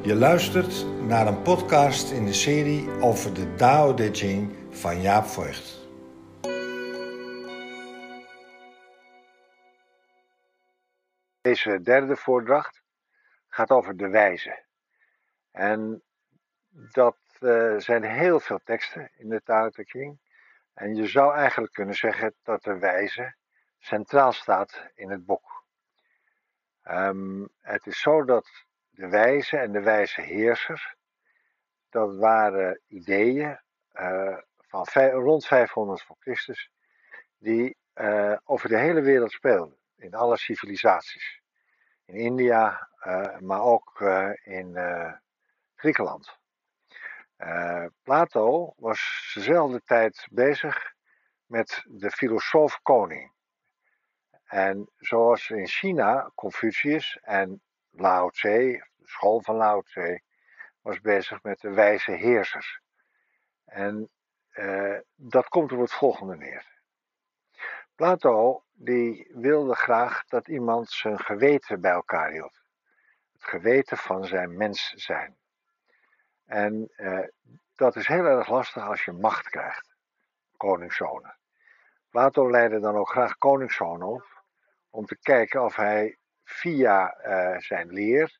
Je luistert naar een podcast in de serie over de Tao Te Ching van Jaap Voigt. Deze derde voordracht gaat over de wijze. En dat zijn heel veel teksten in de Tao Te Ching. En je zou eigenlijk kunnen zeggen dat de wijze centraal staat in het boek. Het is zo dat de wijze en de wijze heerser, dat waren ideeën van rond 500 voor Christus, die over de hele wereld speelden, in alle civilisaties. In India, maar ook in Griekenland. Plato was dezelfde tijd bezig met de filosoof koning. En zoals in China Confucius en Lao Tse, de school van Lao Tse, was bezig met de wijze heersers. En dat komt op het volgende neer. Plato die wilde graag dat iemand zijn geweten bij elkaar hield. Het geweten van zijn mens zijn. En dat is heel erg lastig als je macht krijgt. Koningszonen. Plato leidde dan ook graag koningszonen op. Om te kijken of hij via zijn leer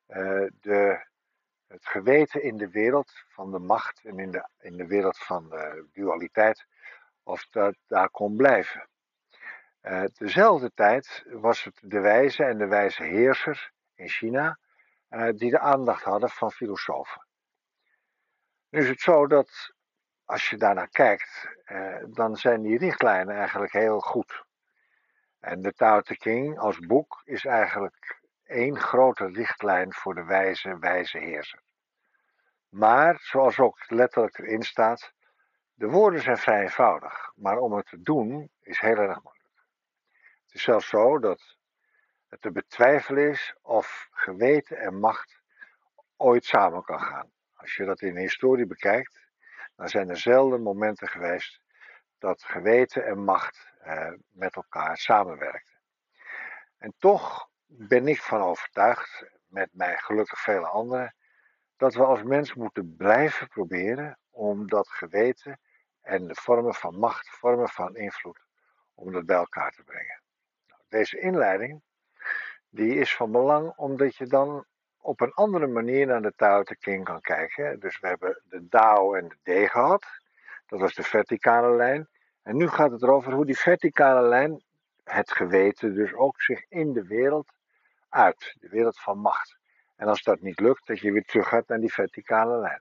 het geweten in de wereld van de macht en in de wereld van de dualiteit, of dat daar kon blijven. Dezelfde tijd was het de wijze en de wijze heersers in China die de aandacht hadden van filosofen. Nu is het zo dat als je daarnaar kijkt, dan zijn die richtlijnen eigenlijk heel goed. En de Tao Te Ching als boek is eigenlijk één grote richtlijn voor de wijze heerser. Maar, zoals ook letterlijk erin staat, de woorden zijn vrij eenvoudig, maar om het te doen is heel erg moeilijk. Het is zelfs zo dat het te betwijfelen is of geweten en macht ooit samen kan gaan. Als je dat in de historie bekijkt, dan zijn er zelden momenten geweest dat geweten en macht met elkaar samenwerkten. En toch ben ik van overtuigd, met mij gelukkig vele anderen, dat we als mens moeten blijven proberen om dat geweten en de vormen van macht, vormen van invloed, om dat bij elkaar te brengen. Nou, deze inleiding die is van belang omdat je dan op een andere manier naar de Tao Te Ching kan kijken. Dus we hebben de Dao en de De gehad. Dat was de verticale lijn. En nu gaat het erover hoe die verticale lijn, het geweten dus ook, zich in de wereld uit. De wereld van macht. En als dat niet lukt, dat je weer terug gaat naar die verticale lijn.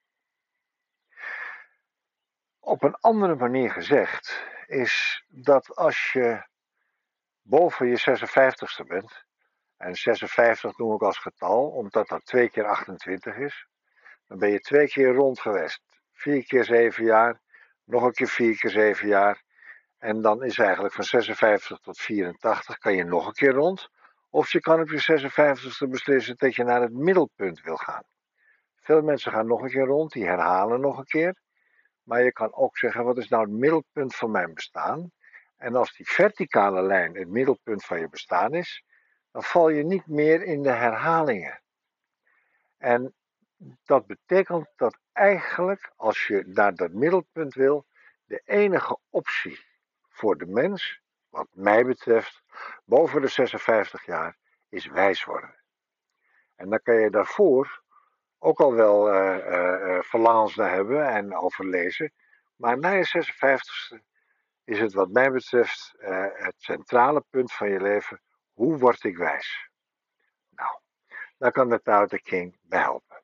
Op een andere manier gezegd is dat als je boven je 56ste bent, en 56 noem ik als getal, omdat dat 2 keer 28 is, dan ben je 2 keer rond geweest. 4 keer 7 jaar, nog een keer 4 keer 7 jaar. En dan is eigenlijk van 56 tot 84 kan je nog een keer rond. Of je kan op je 56ste beslissen dat je naar het middelpunt wil gaan. Veel mensen gaan nog een keer rond, die herhalen nog een keer. Maar je kan ook zeggen, wat is nou het middelpunt van mijn bestaan? En als die verticale lijn het middelpunt van je bestaan is, dan val je niet meer in de herhalingen. En dat betekent dat eigenlijk, als je naar dat middelpunt wil, de enige optie voor de mens, wat mij betreft, boven de 56 jaar, is wijs worden. En dan kan je daarvoor ook al wel verlangens naar hebben en over lezen, maar na je 56ste is het wat mij betreft het centrale punt van je leven: hoe word ik wijs? Nou, daar kan de Tao Te Ching bij helpen.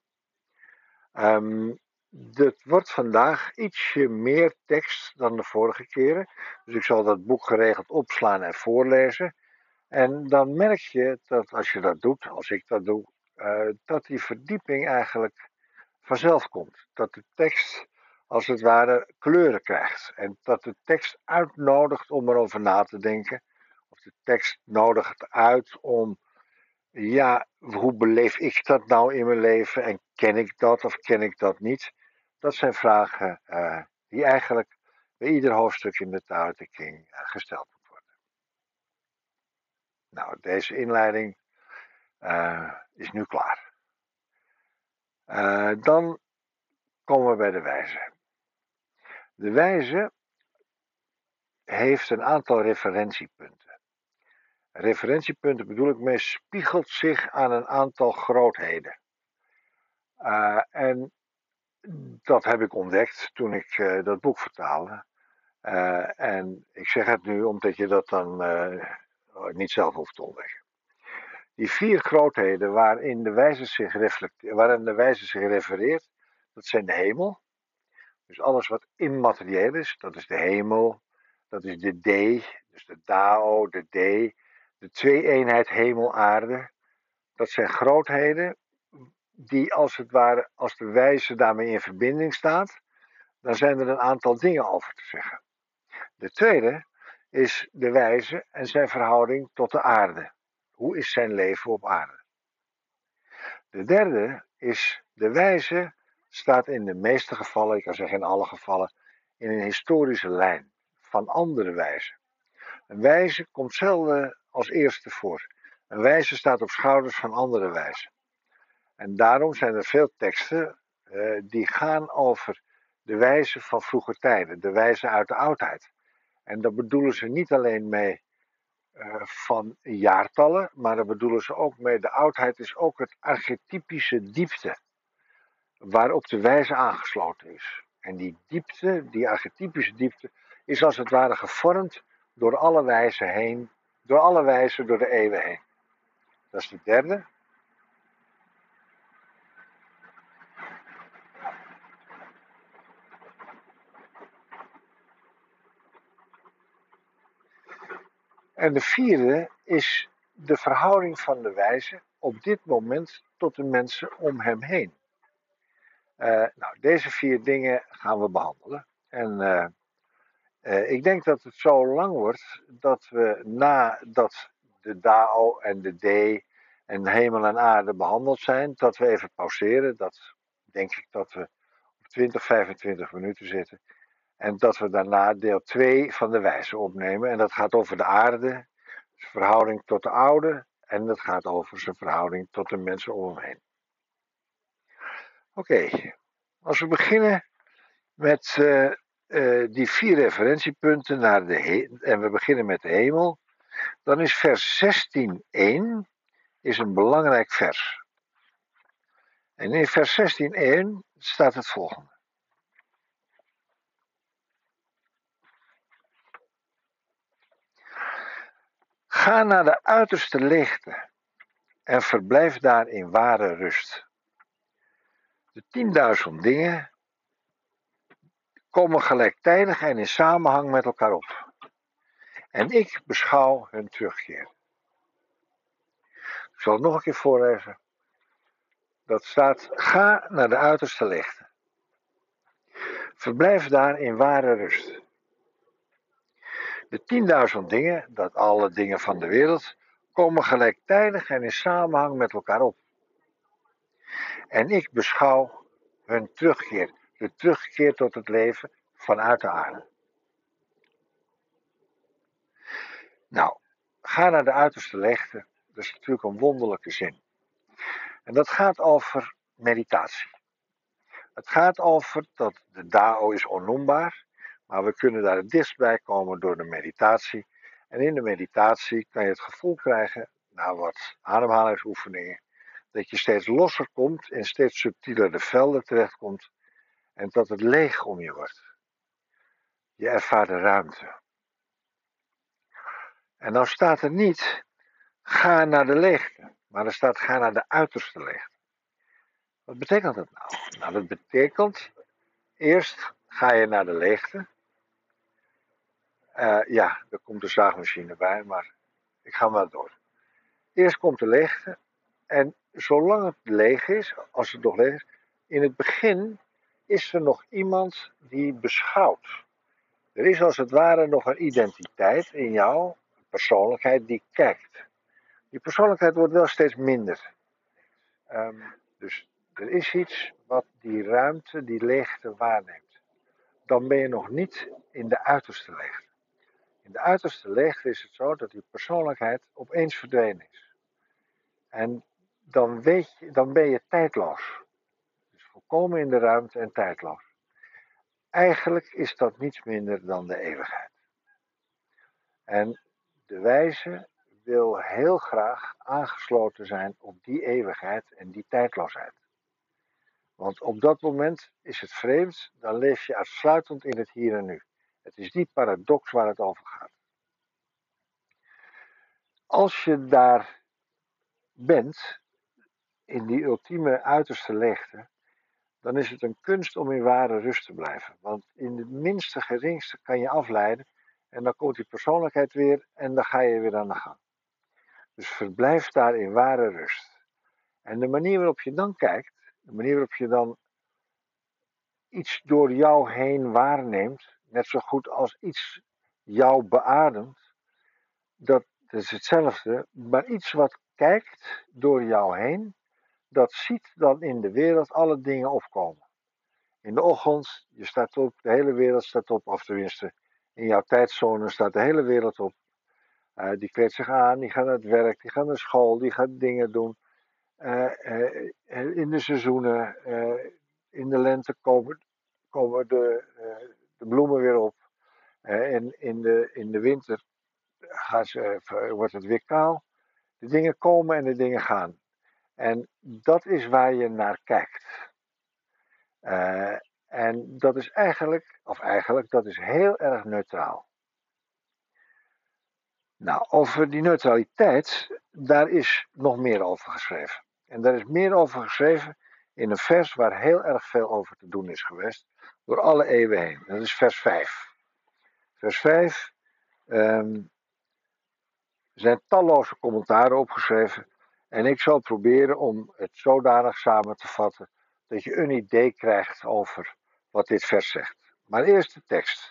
Het wordt vandaag ietsje meer tekst dan de vorige keren. Dus ik zal dat boek geregeld opslaan en voorlezen. En dan merk je dat als je dat doet, als ik dat doe, dat die verdieping eigenlijk vanzelf komt. Dat de tekst als het ware kleuren krijgt. En dat de tekst uitnodigt om erover na te denken. Of de tekst nodigt uit om, ja, hoe beleef ik dat nou in mijn leven? En ken ik dat of ken ik dat niet? Dat zijn vragen die eigenlijk bij ieder hoofdstuk in de Tao Te Ching gesteld moeten worden. Nou, deze inleiding is nu klaar. Dan komen we bij de wijze. De wijze heeft een aantal referentiepunten. Referentiepunten bedoel ik mee, spiegelt zich aan een aantal grootheden. En dat heb ik ontdekt toen ik dat boek vertaalde. En ik zeg het nu omdat je dat dan niet zelf hoeft te ontdekken. Die 4 grootheden waarin de wijze zich refereert, dat zijn de hemel. Dus alles wat immaterieel is, dat is de hemel, dat is de D, dus de Dao, de D, de twee-eenheid hemel-aarde. Dat zijn grootheden die als het ware, als de wijze daarmee in verbinding staat, dan zijn er een aantal dingen over te zeggen. De tweede is de wijze en zijn verhouding tot de aarde. Hoe is zijn leven op aarde? De derde is de wijze staat in de meeste gevallen, ik kan zeggen in alle gevallen, in een historische lijn van andere wijzen. Een wijze komt zelden als eerste voor. Een wijze staat op schouders van andere wijzen. En daarom zijn er veel teksten die gaan over de wijze van vroege tijden, de wijze uit de oudheid. En daar bedoelen ze niet alleen mee van jaartallen, maar daar bedoelen ze ook mee, de oudheid is ook het archetypische diepte waarop de wijze aangesloten is. En die diepte, die archetypische diepte, is als het ware gevormd door alle wijzen heen, door alle wijzen door de eeuwen heen. Dat is de derde. En de vierde is de verhouding van de wijze op dit moment tot de mensen om hem heen. Nou, deze 4 dingen gaan we behandelen. En ik denk dat het zo lang wordt dat we nadat de Dao en de D en hemel en aarde behandeld zijn, dat we even pauzeren. Dat denk ik dat we op 20, 25 minuten zitten. En dat we daarna deel 2 van de wijze opnemen. En dat gaat over de aarde, zijn verhouding tot de oude. En dat gaat over zijn verhouding tot de mensen om hem heen. Oké, als we beginnen met die 4 referentiepunten en we beginnen met de hemel, dan is vers 16:1 is een belangrijk vers. En in vers 16:1 staat het volgende. Ga naar de uiterste leegte en verblijf daar in ware rust. De 10.000 dingen komen gelijktijdig en in samenhang met elkaar op. En ik beschouw hun terugkeer. Ik zal het nog een keer voorlezen. Dat staat, ga naar de uiterste leegte. Verblijf daar in ware rust. De 10.000 dingen, dat alle dingen van de wereld, komen gelijktijdig en in samenhang met elkaar op. En ik beschouw hun terugkeer, de terugkeer tot het leven vanuit de aarde. Nou, ga naar de uiterste leegte, dat is natuurlijk een wonderlijke zin. En dat gaat over meditatie. Het gaat over dat de Dao is onnoembaar, maar we kunnen daar het dichtst bij komen door de meditatie. En in de meditatie kan je het gevoel krijgen, na wat ademhalingsoefeningen, dat je steeds losser komt, in steeds subtielere velden terechtkomt en dat het leeg om je wordt. Je ervaart de ruimte. En nou staat er niet, ga naar de leegte, maar er staat, ga naar de uiterste leegte. Wat betekent dat nou? Nou, dat betekent, eerst ga je naar de leegte. Ja, er komt de zaagmachine bij, maar ik ga maar door. Eerst komt de leegte. En zolang het leeg is, als het nog leeg is, in het begin is er nog iemand die beschouwt. Er is als het ware nog een identiteit in jou, een persoonlijkheid die kijkt. Die persoonlijkheid wordt wel steeds minder. Dus er is iets wat die ruimte, die leegte waarneemt. Dan ben je nog niet in de uiterste leegte. In de uiterste leegte is het zo dat die persoonlijkheid opeens verdwenen is. En dan ben je tijdloos. volkomen in de ruimte en tijdloos. Eigenlijk is dat niets minder dan de eeuwigheid. En de wijze wil heel graag aangesloten zijn op die eeuwigheid en die tijdloosheid. Want op dat moment is het vreemd, dan leef je uitsluitend in het hier en nu. Het is die paradox waar het over gaat. Als je daar bent, in die ultieme uiterste leegte, dan is het een kunst om in ware rust te blijven. Want in het minste geringste kan je afleiden en dan komt die persoonlijkheid weer en dan ga je weer aan de gang. Dus verblijf daar in ware rust. En de manier waarop je dan kijkt, de manier waarop je dan iets door jou heen waarneemt, net zo goed als iets jou beademt, dat is hetzelfde, maar iets wat kijkt door jou heen, dat ziet dan in de wereld alle dingen opkomen. In de ochtend, je staat op, de hele wereld staat op, of tenminste, in jouw tijdzone staat de hele wereld op. Die kleedt zich aan, die gaat naar het werk, die gaat naar school, die gaat dingen doen. In de seizoenen, in de lente komen de bloemen weer op. En in de winter wordt het weer kaal. De dingen komen en de dingen gaan. En dat is waar je naar kijkt. En dat is dat is heel erg neutraal. Nou, over die neutraliteit, daar is nog meer over geschreven. En daar is meer over geschreven in een vers waar heel erg veel over te doen is geweest, door alle eeuwen heen. Dat is vers 5. Vers 5, er zijn talloze commentaren opgeschreven. En ik zal proberen om het zodanig samen te vatten, dat je een idee krijgt over wat dit vers zegt. Maar eerst de tekst.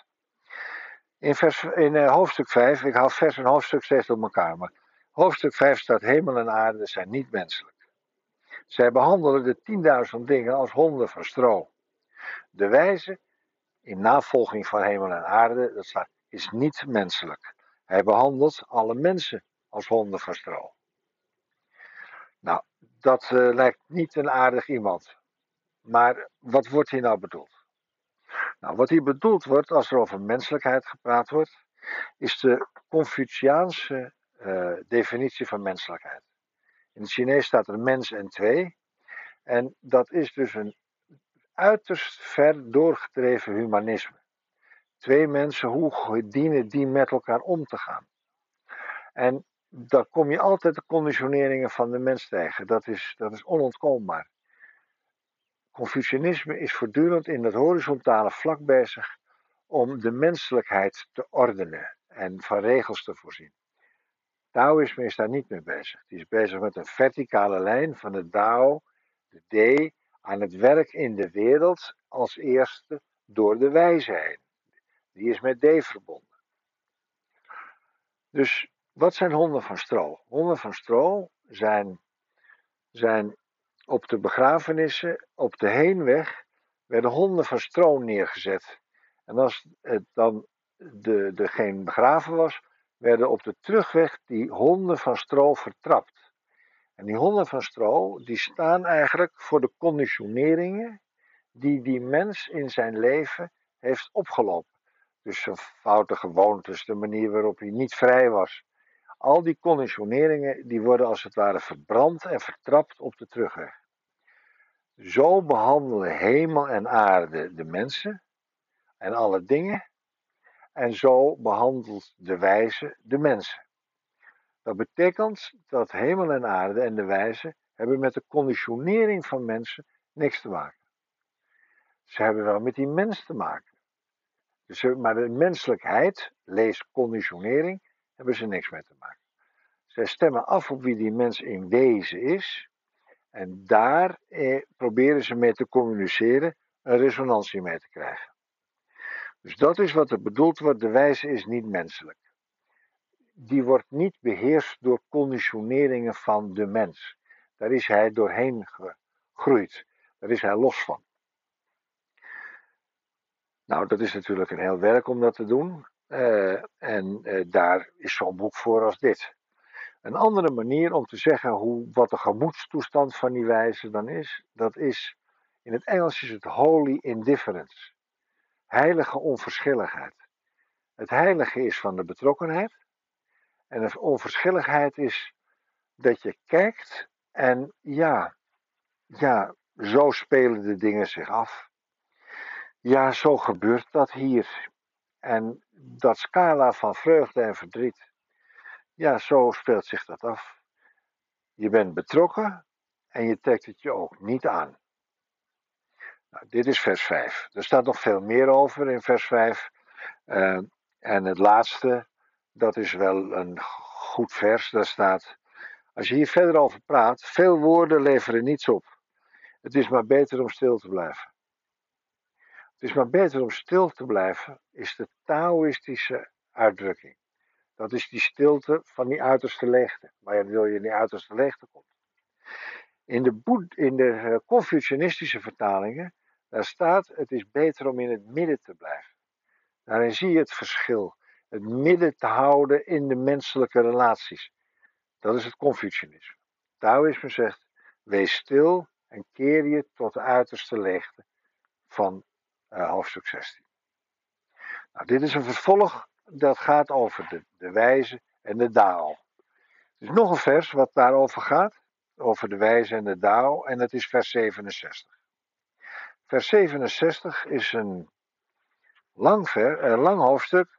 In hoofdstuk 5, ik haal vers en hoofdstuk steeds door elkaar, maar hoofdstuk 5 staat: hemel en aarde zijn niet menselijk. Zij behandelen de 10.000 dingen als honden van stro. De wijze, in navolging van hemel en aarde, dat staat, is niet menselijk. Hij behandelt alle mensen als honden van stro. Nou, dat lijkt niet een aardig iemand. Maar wat wordt hier nou bedoeld? Nou, wat hier bedoeld wordt als er over menselijkheid gepraat wordt, is de Confuciaanse definitie van menselijkheid. In het Chinees staat er mens en twee. En dat is dus een uiterst ver doorgedreven humanisme. Twee mensen, hoe dienen die met elkaar om te gaan? En dan kom je altijd de conditioneringen van de mens tegen. Dat is onontkoombaar. Confucianisme is voortdurend in dat horizontale vlak bezig om de menselijkheid te ordenen en van regels te voorzien. Taoïsme is daar niet mee bezig. Die is bezig met een verticale lijn van het Dao, de D, aan het werk in de wereld als eerste door de wijze heen. Die is met D verbonden. Dus wat zijn honden van stro? Honden van stro zijn op de begrafenissen, op de heenweg, werden honden van stro neergezet. En als het dan degene begraven was, werden op de terugweg die honden van stro vertrapt. En die honden van stro, die staan eigenlijk voor de conditioneringen die mens in zijn leven heeft opgelopen. Dus zijn foute gewoontes, de manier waarop hij niet vrij was. Al die conditioneringen, die worden als het ware verbrand en vertrapt op de terugweg. Zo behandelen hemel en aarde de mensen en alle dingen. En zo behandelt de wijze de mensen. Dat betekent dat hemel en aarde en de wijze hebben met de conditionering van mensen niks te maken. Ze hebben wel met die mens te maken. Dus, maar de menselijkheid, lees conditionering, hebben ze niks mee te maken. Zij stemmen af op wie die mens in wezen is. En daar proberen ze mee te communiceren, een resonantie mee te krijgen. Dus dat is wat er bedoeld wordt, de wijze is niet menselijk. Die wordt niet beheerst door conditioneringen van de mens. Daar is hij doorheen gegroeid. Daar is hij los van. Nou, dat is natuurlijk een heel werk om dat te doen. Daar is zo'n boek voor als dit. Een andere manier om te zeggen wat de gemoedstoestand van die wijze dan is, dat is In het Engels is het holy indifference. Heilige onverschilligheid. Het heilige is van de betrokkenheid. En de onverschilligheid is dat je kijkt en ja, zo spelen de dingen zich af. Ja, zo gebeurt dat hier. En dat scala van vreugde en verdriet. Ja, zo speelt zich dat af. Je bent betrokken en je trekt het je ook niet aan. Nou, dit is vers 5. Er staat nog veel meer over in vers 5. En het laatste, dat is wel een goed vers. Daar staat, als je hier verder over praat, veel woorden leveren niets op. Het is maar beter om stil te blijven. Het is maar beter om stil te blijven, is de Taoïstische uitdrukking. Dat is die stilte van die uiterste leegte. Maar wil je in die uiterste leegte komt. In de Confucianistische vertalingen, daar staat, het is beter om in het midden te blijven. Daarin zie je het verschil. Het midden te houden in de menselijke relaties. Dat is het Confucianisme. Taoïsme zegt, wees stil en keer je tot de uiterste leegte van hoofdstuk 16. Nou, dit is een vervolg dat gaat over de wijze en de Dao. Er is nog een vers wat daarover gaat, over de wijze en de Dao, en dat is vers 67. Vers 67 is een lang hoofdstuk,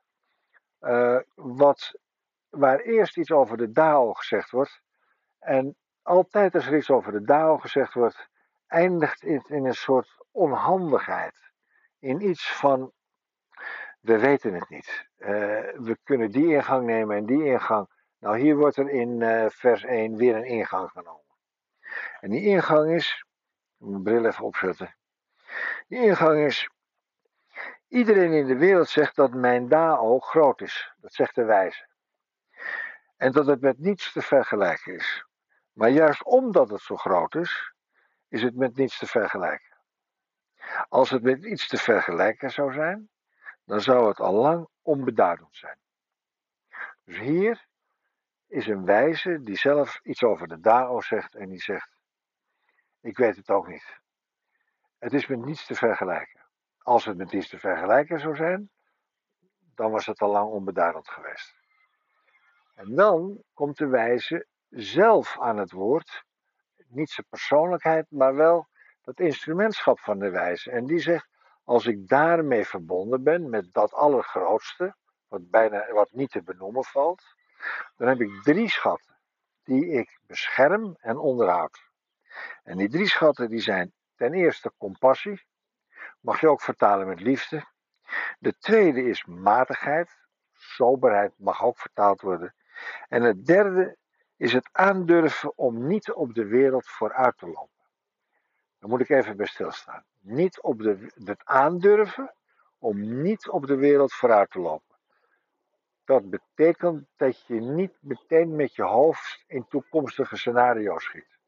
waar eerst iets over de Dao gezegd wordt. En altijd als er iets over de Dao gezegd wordt, eindigt het in een soort onhandigheid. In iets van, we weten het niet. We kunnen die ingang nemen en die ingang. Nou, hier wordt er in vers 1 weer een ingang genomen. En die ingang is, ik moet mijn bril even opzetten. Die ingang is, iedereen in de wereld zegt dat mijn Dao groot is. Dat zegt de wijze. En dat het met niets te vergelijken is. Maar juist omdat het zo groot is het met niets te vergelijken. Als het met iets te vergelijken zou zijn, dan zou het al lang onbeduidend zijn. Dus hier is een wijze die zelf iets over de Dao zegt en die zegt, ik weet het ook niet. Het is met niets te vergelijken. Als het met iets te vergelijken zou zijn, dan was het al lang onbeduidend geweest. En dan komt de wijze zelf aan het woord, niet zijn persoonlijkheid, maar wel dat instrumentschap van de wijze. En die zegt, als ik daarmee verbonden ben, met dat allergrootste, wat niet te benoemen valt, dan heb ik 3 schatten die ik bescherm en onderhoud. En die 3 schatten die zijn ten eerste compassie, mag je ook vertalen met liefde. De tweede is matigheid, soberheid mag ook vertaald worden. En het derde is het aandurven om niet op de wereld vooruit te lopen. Daar moet ik even bij stilstaan. Het aandurven om niet op de wereld vooruit te lopen. Dat betekent dat je niet meteen met je hoofd in toekomstige scenario's schiet.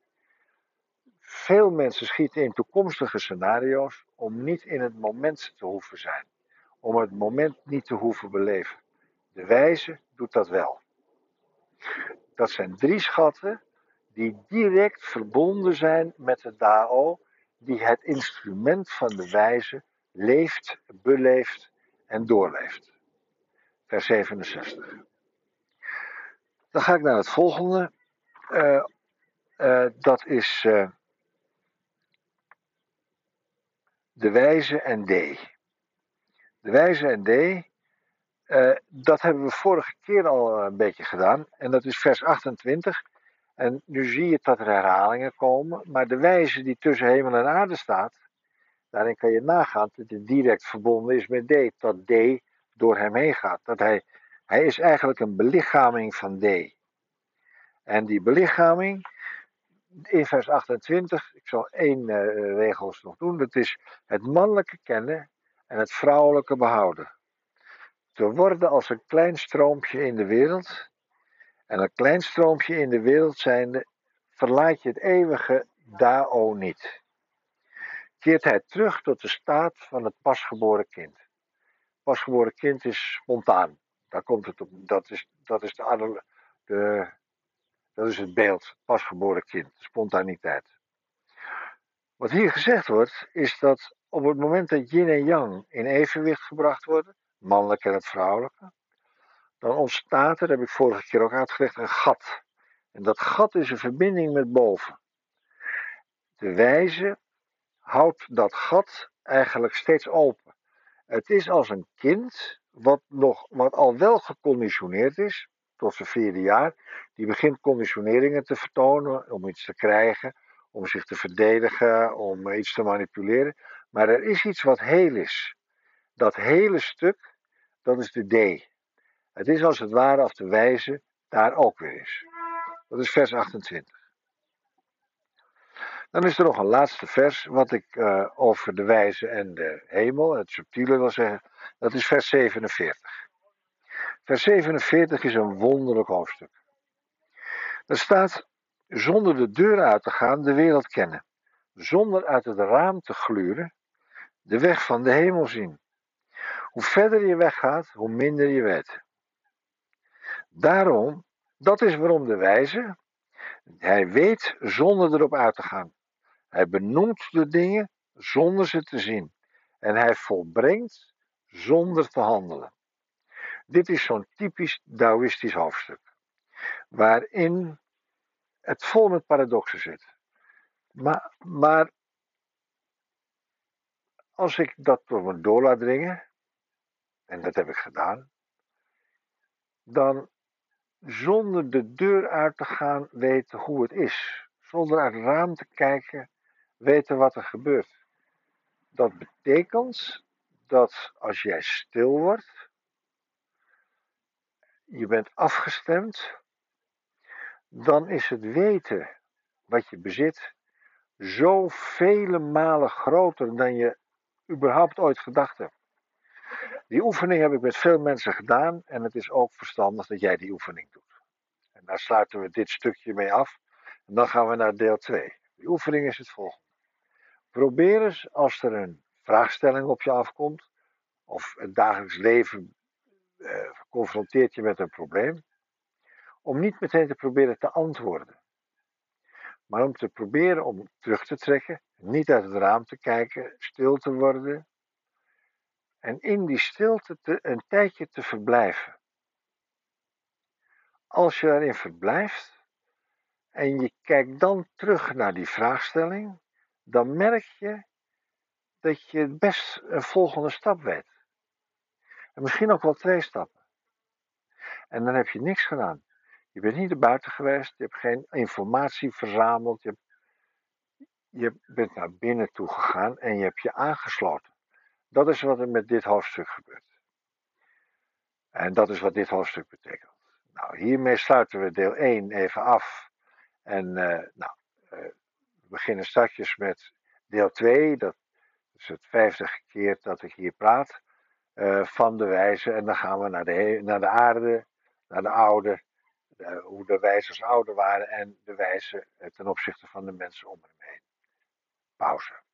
Veel mensen schieten in toekomstige scenario's om niet in het moment te hoeven zijn. Om het moment niet te hoeven beleven. De wijze doet dat wel. Dat zijn 3 schatten die direct verbonden zijn met de Dao, die het instrument van de wijze leeft, beleeft en doorleeft. Vers 67. Dan ga ik naar het volgende. Dat is de wijze en D. De wijze en D, dat hebben we vorige keer al een beetje gedaan. En dat is vers 28. En nu zie je dat er herhalingen komen. Maar de wijze die tussen hemel en aarde staat, daarin kan je nagaan dat het direct verbonden is met D. Dat D door hem heen gaat. Dat hij is eigenlijk een belichaming van D. En die belichaming, in vers 28, ik zal 1 regel nog doen. Dat is het mannelijke kennen en het vrouwelijke behouden. Te worden als een klein stroompje in de wereld. En een klein stroompje in de wereld zijnde, verlaat je het eeuwige Dao niet. Keert hij terug tot de staat van het pasgeboren kind. Pasgeboren kind is spontaan. Daar komt het op. Dat is het beeld. Pasgeboren kind. Spontaniteit. Wat hier gezegd wordt, is dat op het moment dat yin en yang in evenwicht gebracht worden, het mannelijke en het vrouwelijke, dan ontstaat er, heb ik vorige keer ook uitgelegd, een gat. En dat gat is een verbinding met boven. De wijze houdt dat gat eigenlijk steeds open. Het is als een kind wat al wel geconditioneerd is, tot zijn 4e jaar. Die begint conditioneringen te vertonen om iets te krijgen, om zich te verdedigen, om iets te manipuleren. Maar er is iets wat heel is. Dat hele stuk, dat is de D. Het is als het ware of de wijze daar ook weer is. Dat is vers 28. Dan is er nog een laatste vers, wat ik over de wijze en de hemel, het subtiele wil zeggen. Dat is vers 47. Vers 47 is een wonderlijk hoofdstuk. Er staat, zonder de deur uit te gaan, de wereld kennen. Zonder uit het raam te gluren, de weg van de hemel zien. Hoe verder je weggaat, hoe minder je weet. Daarom, dat is waarom de wijze, hij weet zonder erop uit te gaan. Hij benoemt de dingen zonder ze te zien. En hij volbrengt zonder te handelen. Dit is zo'n typisch Taoïstisch hoofdstuk. Waarin het vol met paradoxen zit. Maar als ik dat door me door laat dringen, en dat heb ik gedaan, dan zonder de deur uit te gaan weten hoe het is. Zonder uit het raam te kijken weten wat er gebeurt. Dat betekent dat als jij stil wordt, je bent afgestemd, dan is het weten wat je bezit zo vele malen groter dan je überhaupt ooit gedacht hebt. Die oefening heb ik met veel mensen gedaan en het is ook verstandig dat jij die oefening doet. En daar sluiten we dit stukje mee af en dan gaan we naar deel 2. Die oefening is het volgende. Probeer eens als er een vraagstelling op je afkomt of het dagelijks leven confronteert je met een probleem, om niet meteen te proberen te antwoorden. Maar om te proberen om terug te trekken, niet uit het raam te kijken, stil te worden. En in die stilte een tijdje te verblijven. Als je daarin verblijft en je kijkt dan terug naar die vraagstelling, dan merk je dat je best een volgende stap weet. En misschien ook wel 2 stappen. En dan heb je niks gedaan. Je bent niet naar buiten geweest, je hebt geen informatie verzameld, je bent naar binnen toe gegaan en je hebt je aangesloten. Dat is wat er met dit hoofdstuk gebeurt. En dat is wat dit hoofdstuk betekent. Nou, hiermee sluiten we deel 1 even af. En we beginnen straks met deel 2. Dat is het 5e keer dat ik hier praat. Van de wijze. En dan gaan we naar de aarde, naar de oude. Hoe de wijzers ouder waren en de wijze ten opzichte van de mensen om hem heen. Pauze.